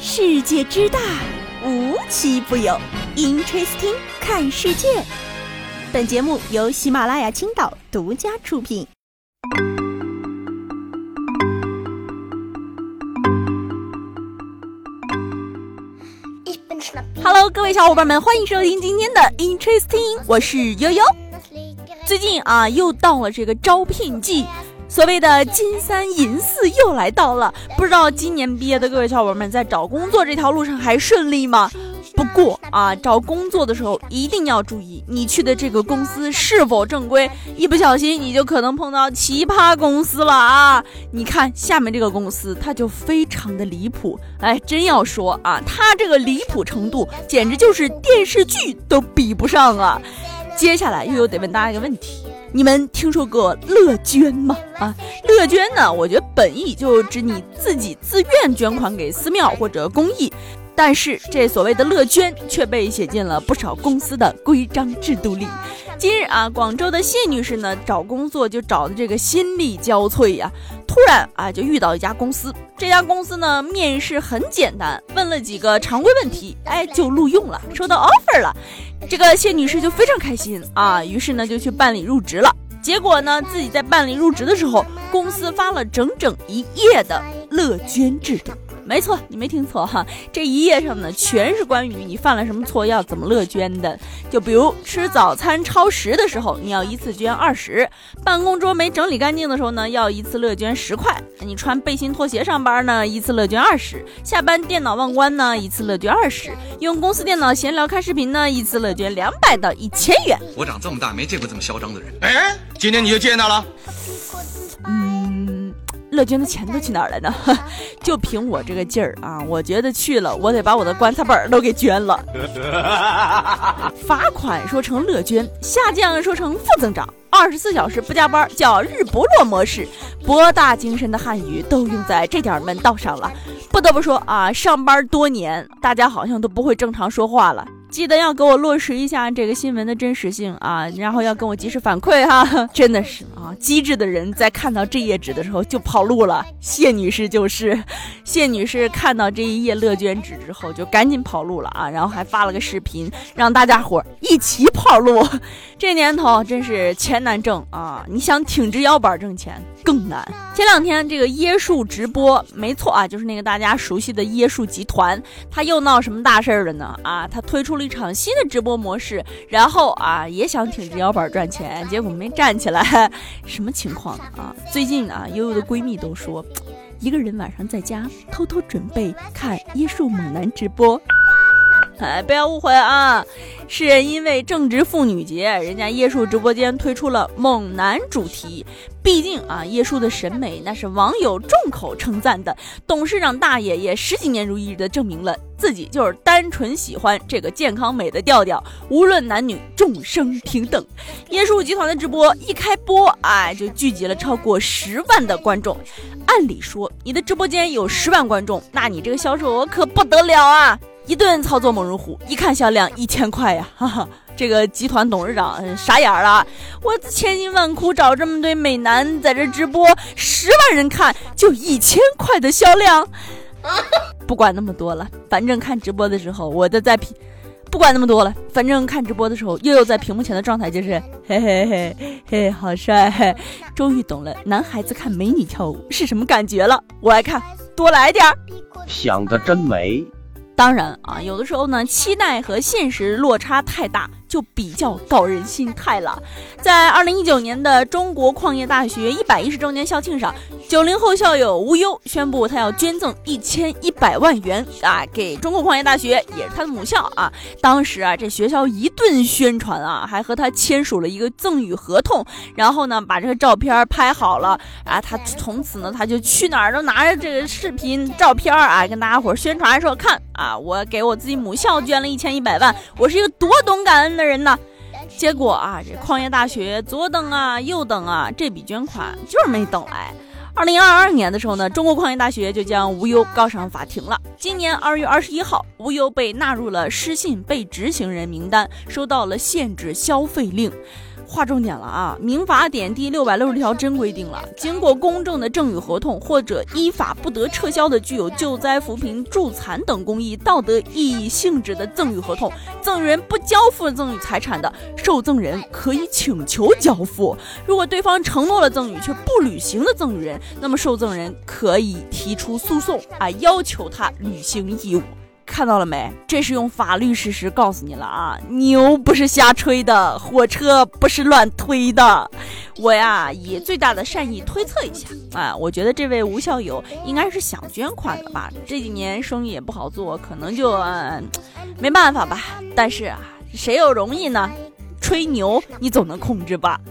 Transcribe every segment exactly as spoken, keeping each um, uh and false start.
世界之大，无奇不有。Interesting 看世界。本节目由喜马拉雅青岛独家出品。Hello， 各位小伙伴们，欢迎收听今天的 Interesting， 我是悠悠。最近啊，又到了这个招聘季。所谓的金三银四又来到了，不知道今年毕业的各位小伙伴们在找工作这条路上还顺利吗？不过啊，找工作的时候一定要注意你去的这个公司是否正规，一不小心你就可能碰到奇葩公司了啊！你看下面这个公司它就非常的离谱，哎，真要说啊，它这个离谱程度简直就是电视剧都比不上啊！接下来又有得问大家一个问题，你们听说过乐捐吗？啊，乐捐呢，我觉得本意就指你自己自愿捐款给寺庙或者公益，但是这所谓的乐捐却被写进了不少公司的规章制度里。今日啊，广州的谢女士呢找工作就找的这个心力交瘁呀、啊，突然啊就遇到一家公司，这家公司呢面试很简单，问了几个常规问题，哎就录用了，收到 offer 了。这个谢女士就非常开心啊，于是呢就去办理入职了。结果呢，自己在办理入职的时候，公司发了整整一页的乐捐制度。没错，你没听错哈，这一页上呢全是关于你犯了什么错要怎么乐捐的。就比如吃早餐超时的时候，你要一次捐二十；办公桌没整理干净的时候呢，要一次乐捐十块；你穿背心拖鞋上班呢，一次乐捐二十；下班电脑忘关呢，一次乐捐二十；用公司电脑闲聊看视频呢，一次乐捐两百到一千元。 我长这么大没见过这么嚣张的人。 哎，今天你就见到了。 嗯。乐捐的钱都去哪儿了呢？就凭我这个劲儿啊，我觉得去了我得把我的棺材本都给捐了。罚款说成乐捐，下降说成负增长，二十四小时不加班叫日不落模式，博大精深的汉语都用在这点门道上了。不得不说啊，上班多年，大家好像都不会正常说话了。记得要给我落实一下这个新闻的真实性啊，然后要跟我及时反馈哈。真的是啊，机智的人在看到这页纸的时候就跑路了。谢女士就是，谢女士看到这一页乐捐纸之后就赶紧跑路了啊，然后还发了个视频让大家伙一起跑路。这年头真是钱难挣啊，你想挺直腰板挣钱更难。前两天这个椰树直播，没错啊，就是那个大家熟悉的椰树集团，他又闹什么大事了呢？啊，他推出了一场新的直播模式，然后啊也想挺直腰板赚钱，结果没站起来，什么情况啊？最近啊，悠悠的闺蜜都说，一个人晚上在家偷偷准备看椰树猛男直播。哎，不要误会啊，是因为正值妇女节，人家椰树直播间推出了猛男主题。毕竟啊，椰树的审美那是网友众口称赞的，董事长大爷也十几年如一日的证明了自己就是单纯喜欢这个健康美的调调，无论男女，众生平等。椰树集团的直播一开播，哎，就聚集了超过十万的观众。按理说，你的直播间有十万观众，那你这个销售额可不得了啊！一顿操作猛如虎，一看销量一千块呀，哈哈！这个集团董事长、嗯、傻眼了，我千辛万苦找这么对美男在这直播，十万人看就一千块的销量，不管那么多了，反正看直播的时候，我的在屏，不管那么多了，反正看直播的时候，悠悠在屏幕前的状态就是嘿嘿嘿嘿，好帅，嘿，终于懂了男孩子看美女跳舞是什么感觉了，我来看，多来点， 想得真美。 当然啊，有的时候呢，期待和现实落差太大，就比较搞人心态了。在二零一九年的中国矿业大学一百一十周年校庆上，九零后校友吴优宣布他要捐赠一千一百万元啊，给中国矿业大学，也是他的母校啊。当时啊，这学校一顿宣传啊，还和他签署了一个赠与合同，然后呢，把这个照片拍好了啊，他从此呢，他就去哪儿都拿着这个视频照片啊，跟大家伙宣传说，看啊，我给我自己母校捐了一千一百万，我是一个多懂感恩的人呢。结果啊，这矿业大学左等啊右等啊，这笔捐款就是没等来。二零二二年的时候呢，中国矿业大学就将吴优告上法庭了。今年二月二十一号，吴优被纳入了失信被执行人名单，收到了限制消费令。 划重点了啊！民法典第六百六十条真规定了，经过公证的赠与合同或者依法不得撤销的具有救灾扶贫助残等公益道德意义性质的赠与合同，赠与人不交付赠与财产的，受赠人可以请求交付。如果对方承诺了赠与却不履行的赠与人，那么受赠人可以提出诉讼啊，要求他履行义务。看到了没？这是用法律事实告诉你了啊！牛不是瞎吹的，火车不是乱推的。我呀，以最大的善意推测一下啊，我觉得这位吴校友应该是想捐款的吧。这几年生意也不好做，可能就嗯没办法吧。但是啊，谁有容易呢？吹牛你总能控制吧。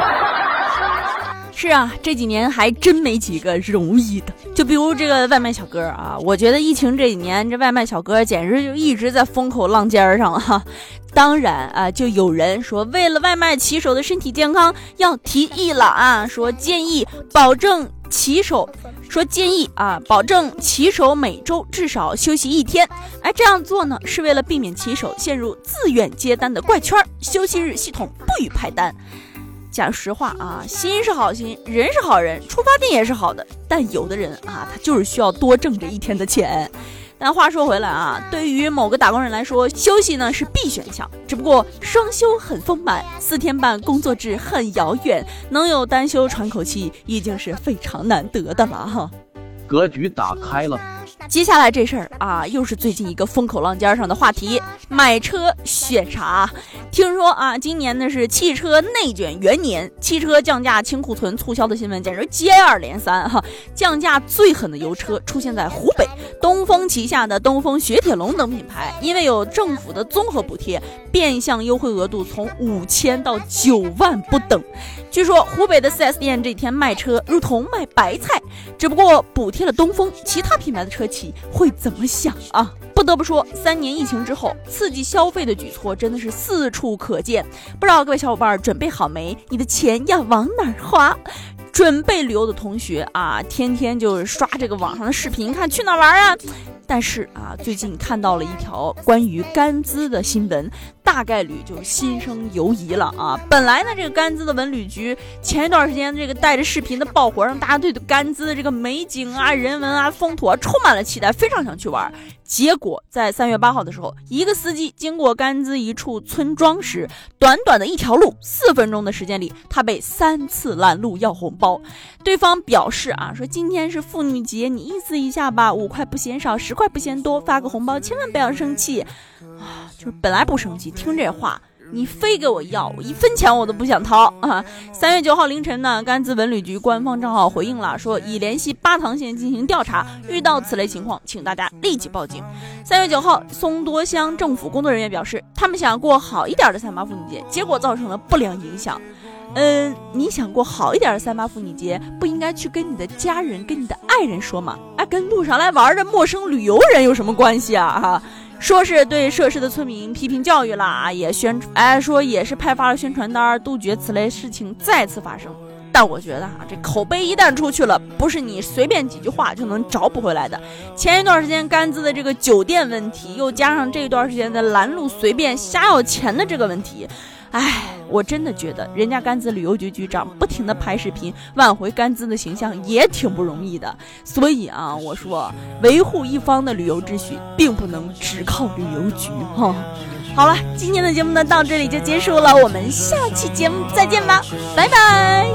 是啊，这几年还真没几个容易的。就比如这个外卖小哥啊，我觉得疫情这几年这外卖小哥简直就一直在风口浪尖上哈、啊。当然啊，就有人说为了外卖骑手的身体健康要提议了啊，说建议保证骑手说建议啊，保证骑手每周至少休息一天。哎，这样做呢是为了避免骑手陷入自愿接单的怪圈，休息日系统不予派单。讲实话啊，心是好心，人是好人，出发点也是好的，但有的人啊，他就是需要多挣这一天的钱。但话说回来啊，对于某个打工人来说，休息呢是必选项，只不过双休很丰满，四天半工作制很遥远，能有单休喘口气已经是非常难得的了哈。 格局打开了。 接下来这事儿啊，又是最近一个风口浪尖上的话题，买车选啥？听说啊，今年呢是汽车内卷元年，汽车降价清库存促销的新闻简直接二连三哈。降价最狠的油车出现在湖北，东风旗下的东风雪铁龙等品牌，因为有政府的综合补贴，变相优惠额度从五千到九万不等。据说湖北的 四 S 店这天卖车如同卖白菜，只不过补贴了东风，其他品牌的车企会怎么想啊？不得不说，三年疫情之后，刺激消费的举措真的是四处可见。不知道各位小伙伴准备好没？你的钱要往哪儿花？准备旅游的同学啊，天天就刷这个网上的视频，看去哪玩啊。但是啊，最近看到了一条关于甘孜的新闻，大概率就心生犹疑了啊。本来呢，这个甘孜的文旅局前一段时间这个带着视频的爆火，让大家对甘孜的这个美景啊、人文啊、风土啊充满了期待，非常想去玩。结果在三月八号的时候，一个司机经过甘孜一处村庄时，短短的一条路，四分钟的时间里，他被三次拦路要红包。对方表示啊，说今天是妇女节，你意思一下吧，五块不嫌少，十块不嫌多，发个红包，千万不要生气啊！就是本来不生气，听这话。你非给我要，我一分钱我都不想掏啊！三月九号凌晨呢，甘孜文旅局官方账号回应了，说已联系巴塘县进行调查，遇到此类情况，请大家立即报警。三月九号，松多乡政府工作人员表示，他们想过好一点的三八妇女节，结果造成了不良影响。嗯，你想过好一点的三八妇女节，不应该去跟你的家人、跟你的爱人说吗？哎，跟路上来玩的陌生旅游人有什么关系啊？哈。说是对涉事的村民批评教育啦，也宣哎说也是派发了宣传单，杜绝此类事情再次发生。但我觉得啊，这口碑一旦出去了，不是你随便几句话就能找补回来的。前一段时间甘孜的这个酒店问题，又加上这段时间的拦路随便瞎要钱的这个问题，哎，我真的觉得人家甘孜旅游局局长不停的拍视频挽回甘孜的形象也挺不容易的。所以啊，我说维护一方的旅游秩序并不能只靠旅游局哈、哦。好了，今天的节目呢到这里就结束了，我们下期节目再见吧，拜拜。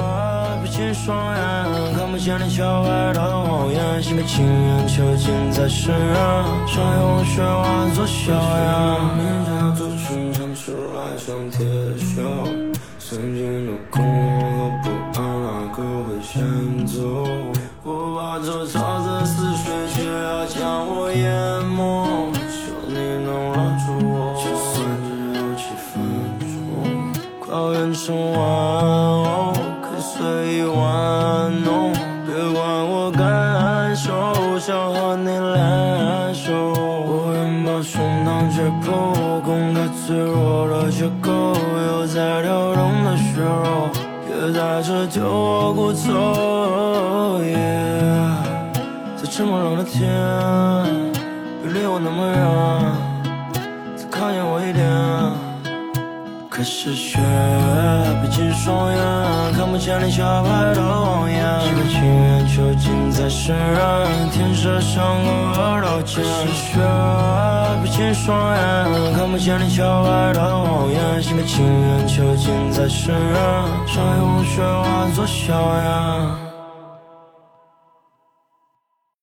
看不见的小孩的谎言，心被情人囚禁在身上，想用血化作小羊，面颊做出唱出来像铁锈，曾经的恐慌和不安哪个会先走？我把这潮着似水，却要将我淹没，求你能拉住我，就算只有几分钟，快变成玩偶，可以随意玩弄，别管我感受，想和你联手，我愿把胸膛解剖，公开脆弱的结构，有在跳动的血肉，别在这丢我骨头、yeah、在这么冷的天，别离我那么远，再靠近我一点，可是雪毕竟双眼，看不见你下摆的谎言。心甘情愿囚禁在身人，天色像个耳朵尖。是血，闭起双眼，看不见你下摆的谎言。心甘情愿囚禁在身人，像用血化作硝烟。